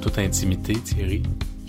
toute intimité, Thierry.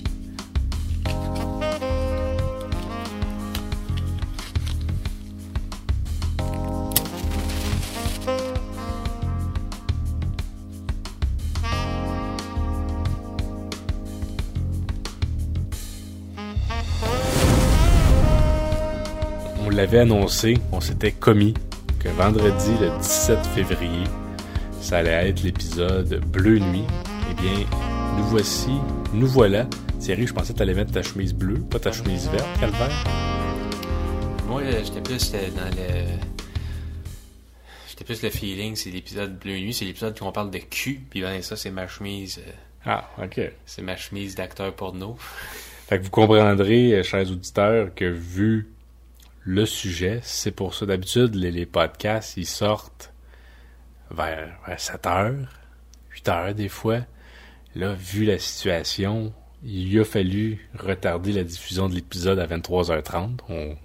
On l'avait annoncé, on s'était commis que vendredi, le 17 février, ça allait être l'épisode Bleu Nuit. Eh bien, nous voilà. Thierry, je pensais que tu allais mettre ta chemise bleue, pas ta chemise verte, Calvaire. Moi, j'étais plus dans le... J'étais plus le feeling, c'est l'épisode Bleu Nuit, c'est l'épisode où on parle de cul, puis ben ça, c'est ma chemise... Ah, ok. C'est ma chemise d'acteur porno. Fait que vous comprendrez, chers auditeurs, que vu le sujet, c'est pour ça. D'habitude, les podcasts, ils sortent vers 7h, 8h des fois. Là, vu la situation, il a fallu retarder la diffusion de l'épisode à 23h30.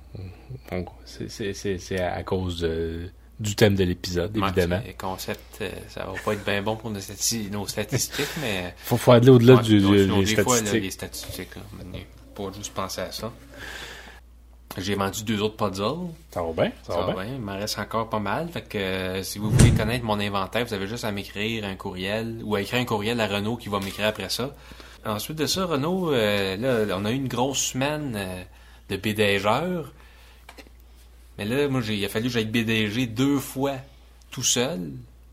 C'est à cause du thème de l'épisode, évidemment. Le concept, ça va pas être bien bon pour nos statistiques, mais... Faut aller au-delà des statistiques. Fois, là, les statistiques, là, pas juste penser à ça. J'ai vendu 2 autres puzzles. Ça va bien? Ça va bien. Il m'en reste encore pas mal. Fait que si vous voulez connaître mon inventaire, vous avez juste à m'écrire un courriel ou à écrire un courriel à Renaud qui va m'écrire après ça. Ensuite de ça, Renaud, là, on a eu une grosse semaine de BDGeur. Mais là, moi, il a fallu que j'aille BDG 2 fois tout seul.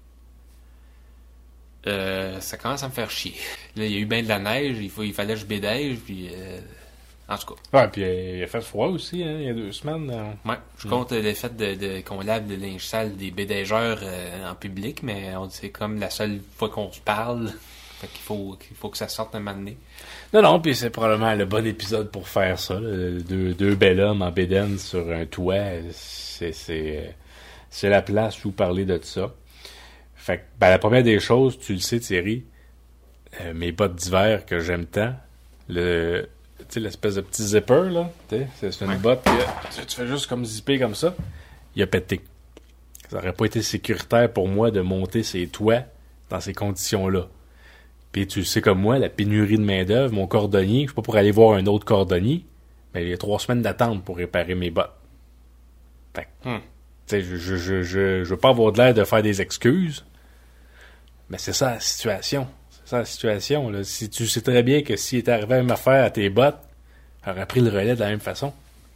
Ça commence à me faire chier. Là, il y a eu bien de la neige, il fallait que je BDG, puis... En tout cas. Ouais, puis il a fait froid aussi, hein, il y a 2 semaines. Ouais, je compte le fait qu'on lave le linge sale des BDGeurs en public, mais c'est comme la seule fois qu'on se parle. Fait qu'il faut que ça sorte un moment donné. Non, puis c'est probablement le bon épisode pour faire ça. Là. Deux bel hommes en bédaine sur un toit, c'est la place où parler de ça. Fait que, la première des choses, tu le sais, Thierry, mes bottes d'hiver que j'aime tant, tu sais, l'espèce de petit zipper, là, c'est une botte, puis tu fais juste comme zipper comme ça, il a pété. Ça aurait pas été sécuritaire pour moi de monter ces toits dans ces conditions-là. Puis tu le sais comme moi, la pénurie de main-d'œuvre, mon cordonnier, je suis pas pour aller voir un autre cordonnier, mais il y a 3 semaines d'attente pour réparer mes bottes. Fait que, tu sais, je veux pas avoir de l'air de faire des excuses, mais c'est ça la situation. C'est ça la situation, là. Si tu sais très bien que s'il était arrivé à même affaire à tes bottes, il aurait pris le relais de la même façon.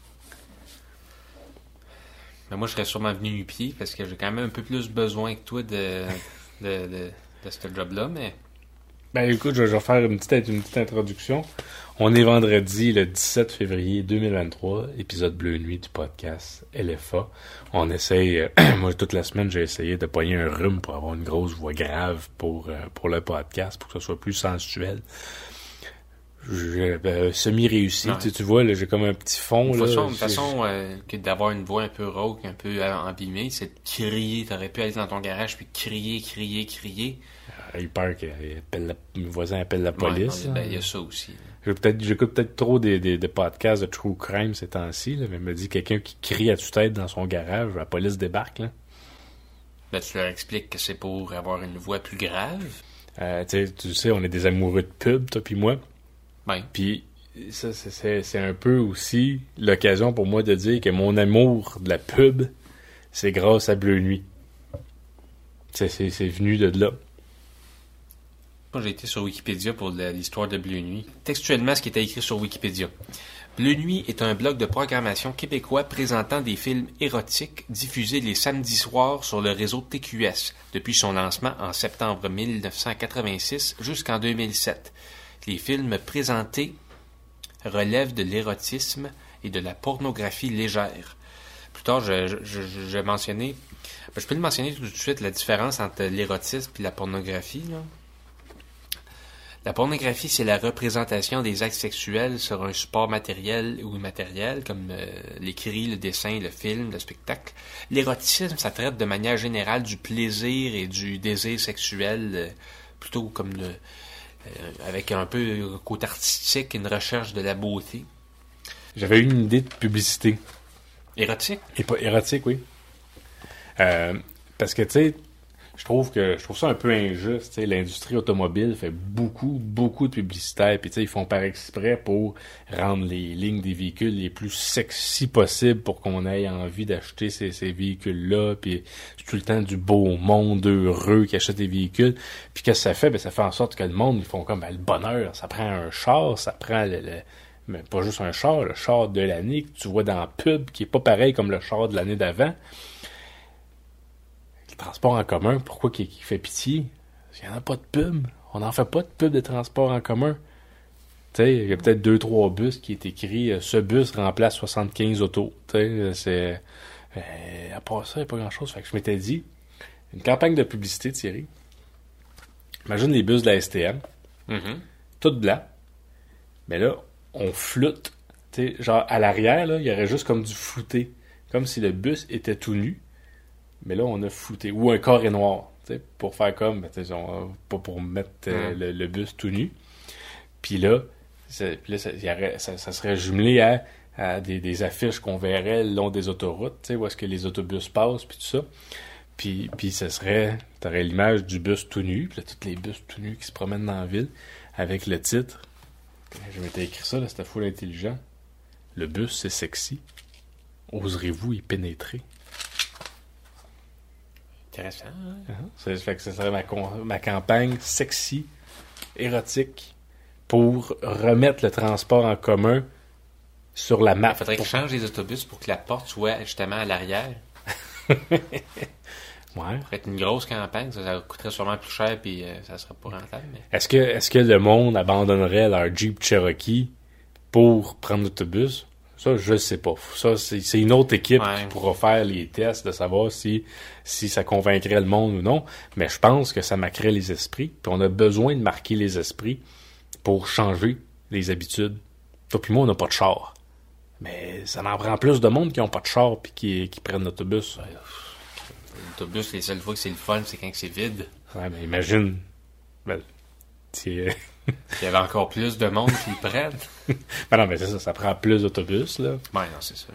Mais moi, je serais sûrement venu nu-pied parce que j'ai quand même un peu plus besoin que toi de ce job-là, mais... Ben écoute, je vais faire une petite introduction. On est vendredi, le 17 février 2023, épisode Bleu Nuit du podcast LFA. On essaye, moi toute la semaine, j'ai essayé de pogner un rhume pour avoir une grosse voix grave pour le podcast, pour que ce soit plus sensuel. J'ai semi-réussi. Tu vois, là, j'ai comme un petit fond. Une façon que d'avoir une voix un peu rauque, un peu embimée, c'est de crier. T'aurais pu aller dans ton garage puis crier. Il peur que mes voisins appellent la police. Ouais, il y a ça aussi. J'écoute peut-être trop des podcasts de true crime ces temps-ci, là, mais me dit quelqu'un qui crie à tue-tête dans son garage, la police débarque. Là. Ben, tu leur expliques que c'est pour avoir une voix plus grave. Tu sais, on est des amoureux de pub, toi puis moi. Ben. Puis ça, c'est un peu aussi l'occasion pour moi de dire que mon amour de la pub, c'est grâce à Bleu Nuit. C'est venu de là. Moi, j'ai été sur Wikipédia pour l'histoire de Bleu Nuit. Textuellement, ce qui était écrit sur Wikipédia. Bleu Nuit est un blog de programmation québécois présentant des films érotiques diffusés les samedis soirs sur le réseau TQS depuis son lancement en septembre 1986 jusqu'en 2007. Les films présentés relèvent de l'érotisme et de la pornographie légère. Plus tard, je mentionnais... je peux le mentionner tout de suite, la différence entre l'érotisme et la pornographie, là. La pornographie, c'est la représentation des actes sexuels sur un support matériel ou immatériel, comme l'écrit, le dessin, le film, le spectacle. L'érotisme, ça traite de manière générale du plaisir et du désir sexuel, plutôt comme avec un peu un côté artistique, une recherche de la beauté. J'avais eu une idée de publicité. Érotique? Et pas érotique, oui. Parce que, tu sais, je trouve ça un peu injuste. T'sais, l'industrie automobile fait beaucoup de publicité, puis ils font par exprès pour rendre les lignes des véhicules les plus sexy possibles pour qu'on ait envie d'acheter ces véhicules-là, puis c'est tout le temps du beau monde heureux qui achète des véhicules. Puis qu'est-ce que ça fait? Ben ça fait en sorte que le monde, ils font comme le bonheur, ça prend un char, ça prend mais pas juste un char, le char de l'année que tu vois dans la pub, qui est pas pareil comme le char de l'année d'avant. Le transport en commun, pourquoi qu'il fait pitié? Il n'y en a pas de pub. On n'en fait pas de pub de transport en commun. Tu sais, il y a peut-être 2-3 bus qui est écrit « Ce bus remplace 75 autos ». Tu sais, c'est... à part ça, il n'y a pas grand-chose. Fait que je m'étais dit, une campagne de publicité, Thierry. Imagine les bus de la STM. Tout blanc. Mais là, on floute. Tu sais, genre, à l'arrière, là, il y aurait juste comme du flouté. Comme si le bus était tout nu. Mais là, on a flouté. Ou un carré noir, tu sais, pour faire comme, pas pour mettre le bus tout nu. Puis là, ça serait jumelé à des affiches qu'on verrait le long des autoroutes, tu sais, où est-ce que les autobus passent, puis tout ça. Puis ça serait, t'aurais l'image du bus tout nu, puis là, tous les bus tout nus qui se promènent dans la ville, avec le titre. Je m'étais écrit ça, là, c'était full intelligent. Le bus, c'est sexy. Oserez-vous y pénétrer? Intéressant. Hein? Ça fait que ce serait ma campagne sexy, érotique, pour remettre le transport en commun sur la map. Il faudrait qu'ils changent les autobus pour que la porte soit justement à l'arrière. Ouais. Ça pourrait être une grosse campagne, ça coûterait sûrement plus cher puis ça serait pas rentable. Mais... Est-ce que le monde abandonnerait leur Jeep Cherokee pour prendre l'autobus? Ça, je sais pas. Ça, c'est une autre équipe qui pourra faire les tests de savoir si ça convaincrait le monde ou non. Mais je pense que ça marquerait les esprits. Puis on a besoin de marquer les esprits pour changer les habitudes. Toi puis moi, on n'a pas de char. Mais ça en prend plus de monde qui n'ont pas de char puis qui prennent l'autobus. Ouais, l'autobus, les seules fois que c'est le fun, c'est quand c'est vide. Ouais, mais imagine. Ben, il y avait encore plus de monde qui le prennent. Ben non, mais c'est ça prend plus d'autobus, là. Ouais, non, c'est ça.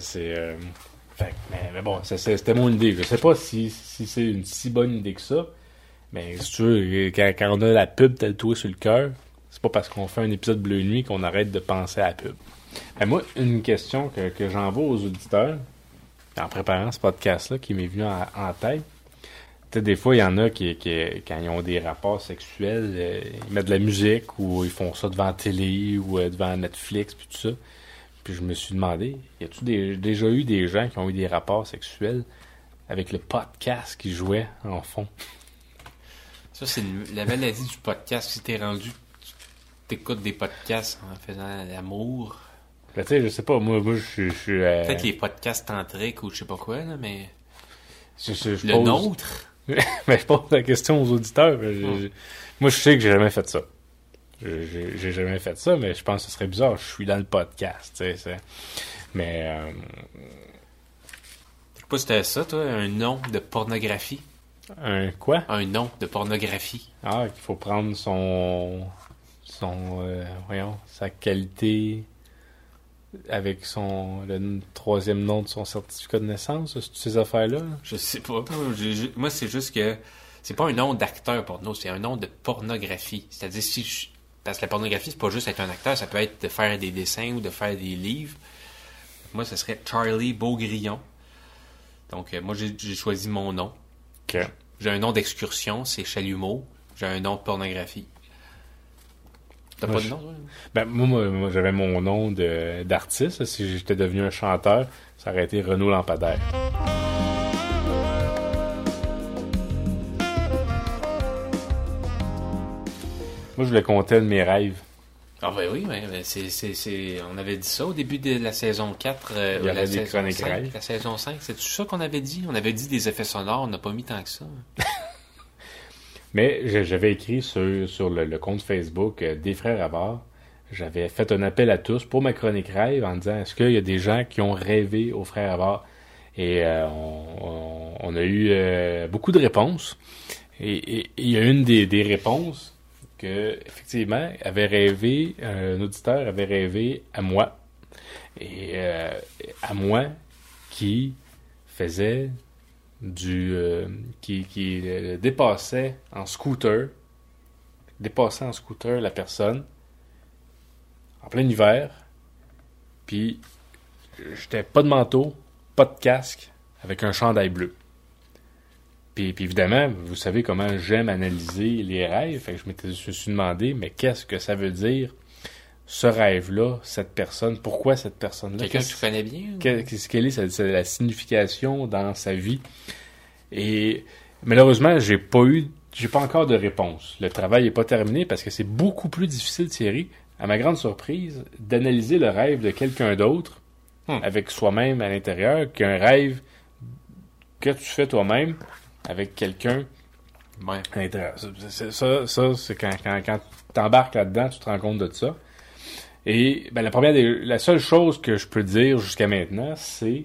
Mais bon, c'était mon idée. Je sais pas si c'est une si bonne idée que ça, mais si tu veux, quand on a la pub tatouée sur le cœur, c'est pas parce qu'on fait un épisode Bleu Nuit qu'on arrête de penser à la pub. Ben moi, une question que j'envoie aux auditeurs, en préparant ce podcast-là, qui m'est venu en tête, des fois, il y en a qui quand ils ont des rapports sexuels, ils mettent de la musique ou ils font ça devant la télé ou devant Netflix, puis tout ça. Puis je me suis demandé, y a-tu déjà eu des gens qui ont eu des rapports sexuels avec le podcast qui jouait en fond? Ça, c'est la maladie du podcast. Si t'es rendu, tu écoutes des podcasts en faisant l'amour. Ben, tu sais, je sais pas, moi je suis... Peut-être les podcasts tantriques ou je sais pas quoi, là, mais... le nôtre... Mais je pose la question aux auditeurs. Moi, je sais que j'ai jamais fait ça. J'ai jamais fait ça, mais je pense que ce serait bizarre. Je suis dans le podcast, tu sais. Mais... Je sais pas si c'était ça, toi, un nom de pornographie. Un quoi? Un nom de pornographie. Ah, qu'il faut prendre sa qualité... avec le troisième nom de son certificat de naissance, c'est ces affaires-là? Je sais pas. Moi, c'est juste que c'est pas un nom d'acteur porno, c'est un nom de pornographie. C'est-à-dire, parce que la pornographie, c'est pas juste être un acteur, ça peut être de faire des dessins ou de faire des livres. Moi, ce serait Charlie Beaugrillon. Donc, moi, j'ai choisi mon nom. Okay. J'ai un nom d'excursion, c'est Chalumeau. J'ai un nom de pornographie. T'as pas de nom, toi? Ben, moi, j'avais mon nom d'artiste. Si j'étais devenu un chanteur, ça aurait été Renaud Lampadaire. Moi, je voulais compter de mes rêves. Ah ben oui, on avait dit ça au début de la saison 4. Il y avait des chroniques rêves. La saison 5, c'est tout ça qu'on avait dit? On avait dit des effets sonores, on n'a pas mis tant que ça. Mais j'avais écrit sur le compte Facebook des Frères Havard, j'avais fait un appel à tous pour ma chronique rêve en disant est-ce qu'il y a des gens qui ont rêvé aux Frères Havard? Et on a eu beaucoup de réponses. Et il y a une des réponses que effectivement un auditeur avait rêvé à moi. Et à moi qui faisait qui dépassait en scooter la personne en plein hiver, puis j'étais pas de manteau, pas de casque, avec un chandail bleu. Puis évidemment, vous savez comment j'aime analyser les rêves, fait que je me suis demandé, mais qu'est-ce que ça veut dire, ce rêve-là, cette personne, pourquoi cette personne-là? Quelqu'un que tu connais bien? Quelle est la signification dans sa vie? Et malheureusement, j'ai pas encore de réponse. Le travail n'est pas terminé parce que c'est beaucoup plus difficile, Thierry, à ma grande surprise, d'analyser le rêve de quelqu'un d'autre avec soi-même à l'intérieur qu'un rêve que tu fais toi-même avec quelqu'un à l'intérieur. Ça, c'est quand tu embarques là-dedans, tu te rends compte de ça. Et ben, la seule chose que je peux dire jusqu'à maintenant, c'est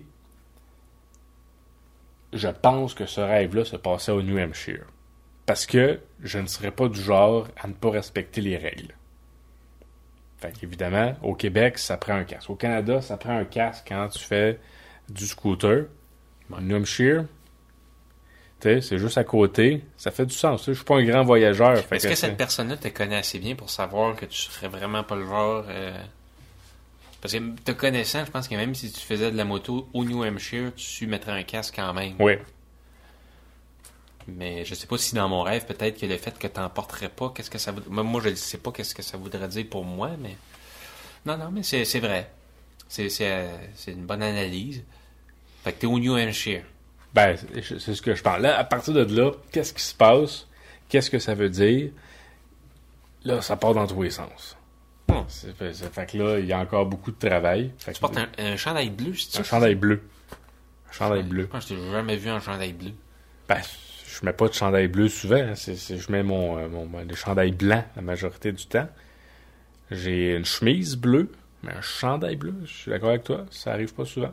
je pense que ce rêve-là se passait au New Hampshire. Parce que je ne serais pas du genre à ne pas respecter les règles. Fait qu'évidemment, au Québec, ça prend un casque. Au Canada, ça prend un casque quand tu fais du scooter. Au New Hampshire, c'est juste à côté. Ça fait du sens. Je suis pas un grand voyageur. Est-ce que cette personne-là te connaît assez bien pour savoir que tu serais vraiment pas le genre... Parce que te connaissant, je pense que même si tu faisais de la moto au New Hampshire, tu mettrais un casque quand même. Oui. Mais je sais pas si dans mon rêve, peut-être que le fait que t'en porterais pas, qu'est-ce que ça voudrait... Moi, je ne sais pas qu'est-ce que ça voudrait dire pour moi, mais... Non, mais c'est vrai. C'est une bonne analyse. Fait que t'es au New Hampshire. Ben, c'est ce que je pense. Là, à partir de là, qu'est-ce qui se passe? Qu'est-ce que ça veut dire? Là, ça part dans tous les sens. Fait que là, il y a encore beaucoup de travail. Tu portes un chandail bleu, c'est ça? Un chandail bleu. Un chandail bleu. Je pense que je t'ai jamais vu un chandail bleu. Ben, je mets pas de chandail bleu souvent. Hein. Je mets des chandails blancs la majorité du temps. J'ai une chemise bleue, mais un chandail bleu, je suis d'accord avec toi, ça arrive pas souvent.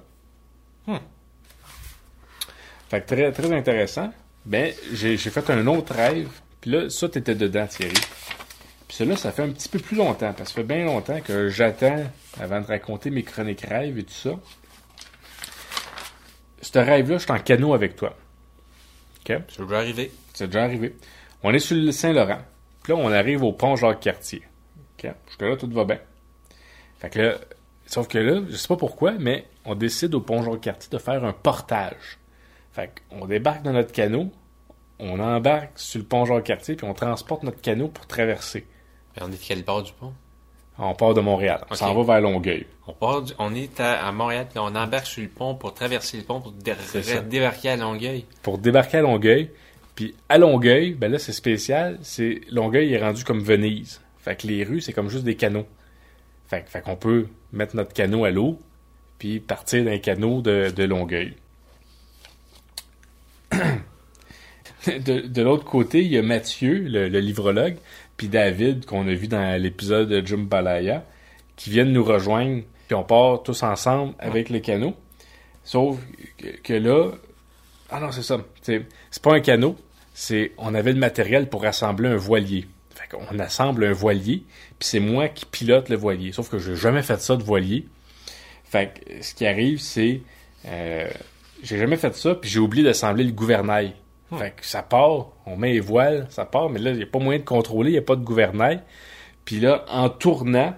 Fait que très, très intéressant. Ben, j'ai fait un autre rêve. Puis là, ça, t'étais dedans, Thierry. Puis celui-là, ça fait un petit peu plus longtemps. Parce que ça fait bien longtemps que j'attends avant de raconter mes chroniques rêves et tout ça. Ce rêve-là, je suis en canot avec toi. OK? C'est déjà arrivé. C'est déjà arrivé. On est sur le Saint-Laurent. Puis là, on arrive au pont Jacques-Cartier. OK? Jusque-là, tout va bien. Fait que là, sauf que là, je sais pas pourquoi, mais on décide au pont Jacques-Cartier de faire un portage. Fait qu'on débarque dans notre canot, on embarque sur le pont Jacques-Cartier, puis on transporte notre canot pour traverser. Et on est de quel bord du pont? On part de Montréal. On s'en va vers Longueuil. On est à Montréal, puis on embarque sur le pont pour traverser le pont pour débarquer à Longueuil. Pour débarquer à Longueuil. Puis à Longueuil, ben là, c'est spécial. Longueuil est rendu comme Venise. Fait que les rues, c'est comme juste des canaux. Fait qu'on peut mettre notre canot à l'eau, puis partir d'un canot de Longueuil. De l'autre côté, il y a Mathieu, le livrologue, puis David, qu'on a vu dans l'épisode de Jambalaya, qui viennent nous rejoindre, puis on part tous ensemble avec le canot. Sauf que là... Ah non, c'est ça. C'est pas un canot, on avait le matériel pour assembler un voilier. Fait qu'on assemble un voilier, puis c'est moi qui pilote le voilier. Sauf que j'ai jamais fait ça de voilier. Fait que ce qui arrive, c'est... j'ai jamais fait ça, puis j'ai oublié d'assembler le gouvernail. Fait que ça part, on met les voiles, ça part, mais là, il n'y a pas moyen de contrôler, il n'y a pas de gouvernail. Puis là, en tournant,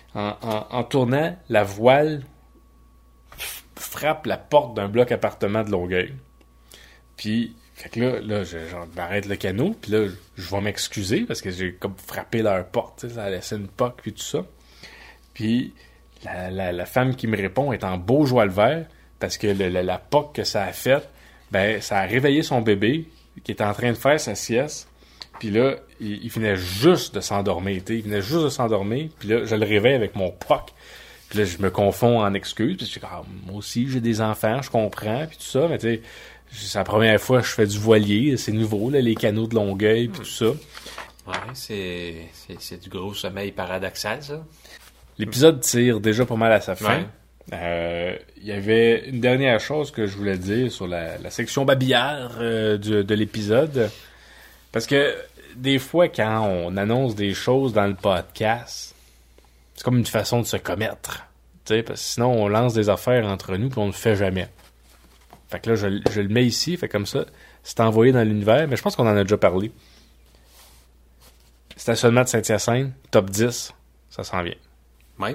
la voile frappe la porte d'un bloc appartement de Longueuil. Puis, fait que là, j'arrête le canot, puis là, je vais m'excuser parce que j'ai comme frappé leur porte, ça a laissé une poque, puis tout ça. Puis, la femme qui me répond est en beau joie le vert parce que la poque que ça a faite, ben, ça a réveillé son bébé qui était en train de faire sa sieste. Puis là, il venait juste de s'endormir, il venait juste de s'endormir. Puis là, je le réveille avec mon poc. Puis là, je me confonds en excuses. Puis je dis, moi aussi, j'ai des enfants, je comprends, puis tout ça. Mais tu sais, c'est la première fois que je fais du voilier. C'est nouveau, là, les canaux de Longueuil, puis tout ça. Ouais, c'est du gros sommeil paradoxal, ça. L'épisode tire déjà pas mal à sa fin. Ouais. Il y avait une dernière chose que je voulais dire sur la section babillard de l'épisode. Parce que des fois, quand on annonce des choses dans le podcast, c'est comme une façon de se commettre. Parce que sinon, on lance des affaires entre nous puis on ne le fait jamais. Fait que là, je le mets ici, fait comme ça, c'est envoyé dans l'univers, mais je pense qu'on en a déjà parlé. Stationnement de Saint-Hyacinthe, top 10, ça s'en vient. Ouais.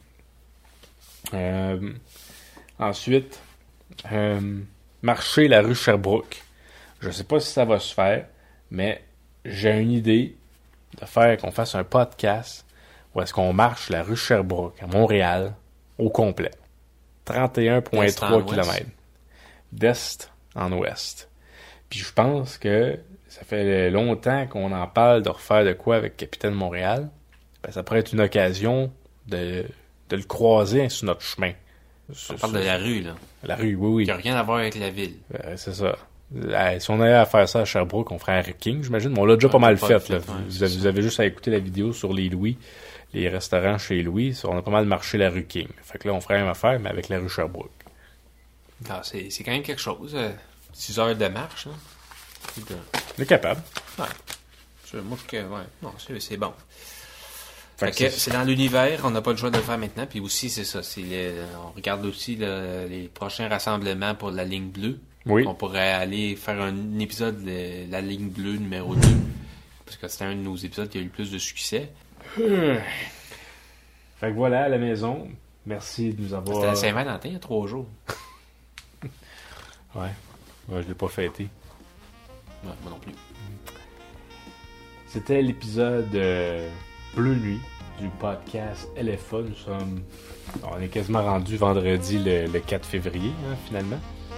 Ensuite, marcher la rue Sherbrooke. Je sais pas si ça va se faire, mais j'ai une idée de faire qu'on fasse un podcast où est-ce qu'on marche la rue Sherbrooke à Montréal au complet. 31,3 km. D'est en ouest. Puis je pense que ça fait longtemps qu'on en parle de refaire de quoi avec Capitaine Montréal. Ben, ça pourrait être une occasion de le croiser sur notre chemin. On parle de la rue, là. La rue, oui. Il n'y a rien à voir avec la ville. C'est ça. Si on avait à faire ça à Sherbrooke, on ferait un King, j'imagine. Mais on l'a déjà pas mal fait. Là. Vous avez juste à écouter la vidéo sur les Louis, les restaurants chez Louis. On a pas mal marché la rue King. Fait que là, on ferait la même affaire, mais avec la rue Sherbrooke. Ah, c'est quand même quelque chose. 6 heures de marche. Hein. On est capable. Ouais. Moi, non, c'est bon. Fait que c'est dans l'univers, on n'a pas le choix de le faire maintenant. Puis aussi, c'est ça. On regarde aussi les prochains rassemblements pour la ligne bleue. Oui. On pourrait aller faire un épisode de la ligne bleue numéro 2. Parce que c'était un de nos épisodes qui a eu le plus de succès. Fait que voilà, à la maison. Merci de nous avoir... C'était la Saint-Valentin il y a 3 jours. Ouais, je l'ai pas fêté. Ouais, moi non plus. C'était l'épisode Bleu Nuit du podcast LFA. On est quasiment rendu vendredi le 4 février, hein, finalement.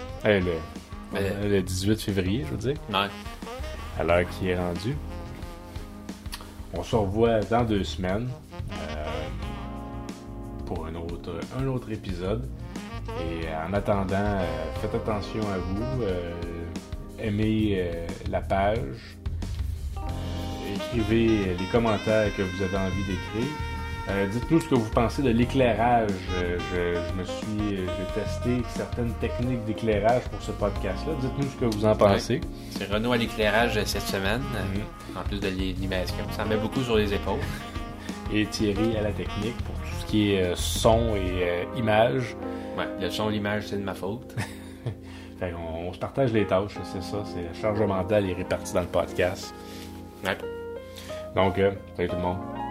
Le 18 février, je veux dire. Ouais. À l'heure qui est rendue. On se revoit dans 2 semaines pour un autre épisode. Et en attendant, faites attention à vous. Aimez la page. Écrivez les commentaires que vous avez envie d'écrire. Dites-nous ce que vous pensez de l'éclairage. J'ai testé certaines techniques d'éclairage pour ce podcast-là. Dites-nous ce que vous en pensez. Ouais. C'est Renaud à l'éclairage cette semaine, en plus de l'animation. Ça en met beaucoup sur les épaules. Et Thierry à la technique pour tout ce qui est son et image. Ouais, le son, l'image, c'est de ma faute. Fait on se partage les tâches, c'est ça. C'est la charge mentale est répartie dans le podcast. Ouais. Donc, salut tout le monde.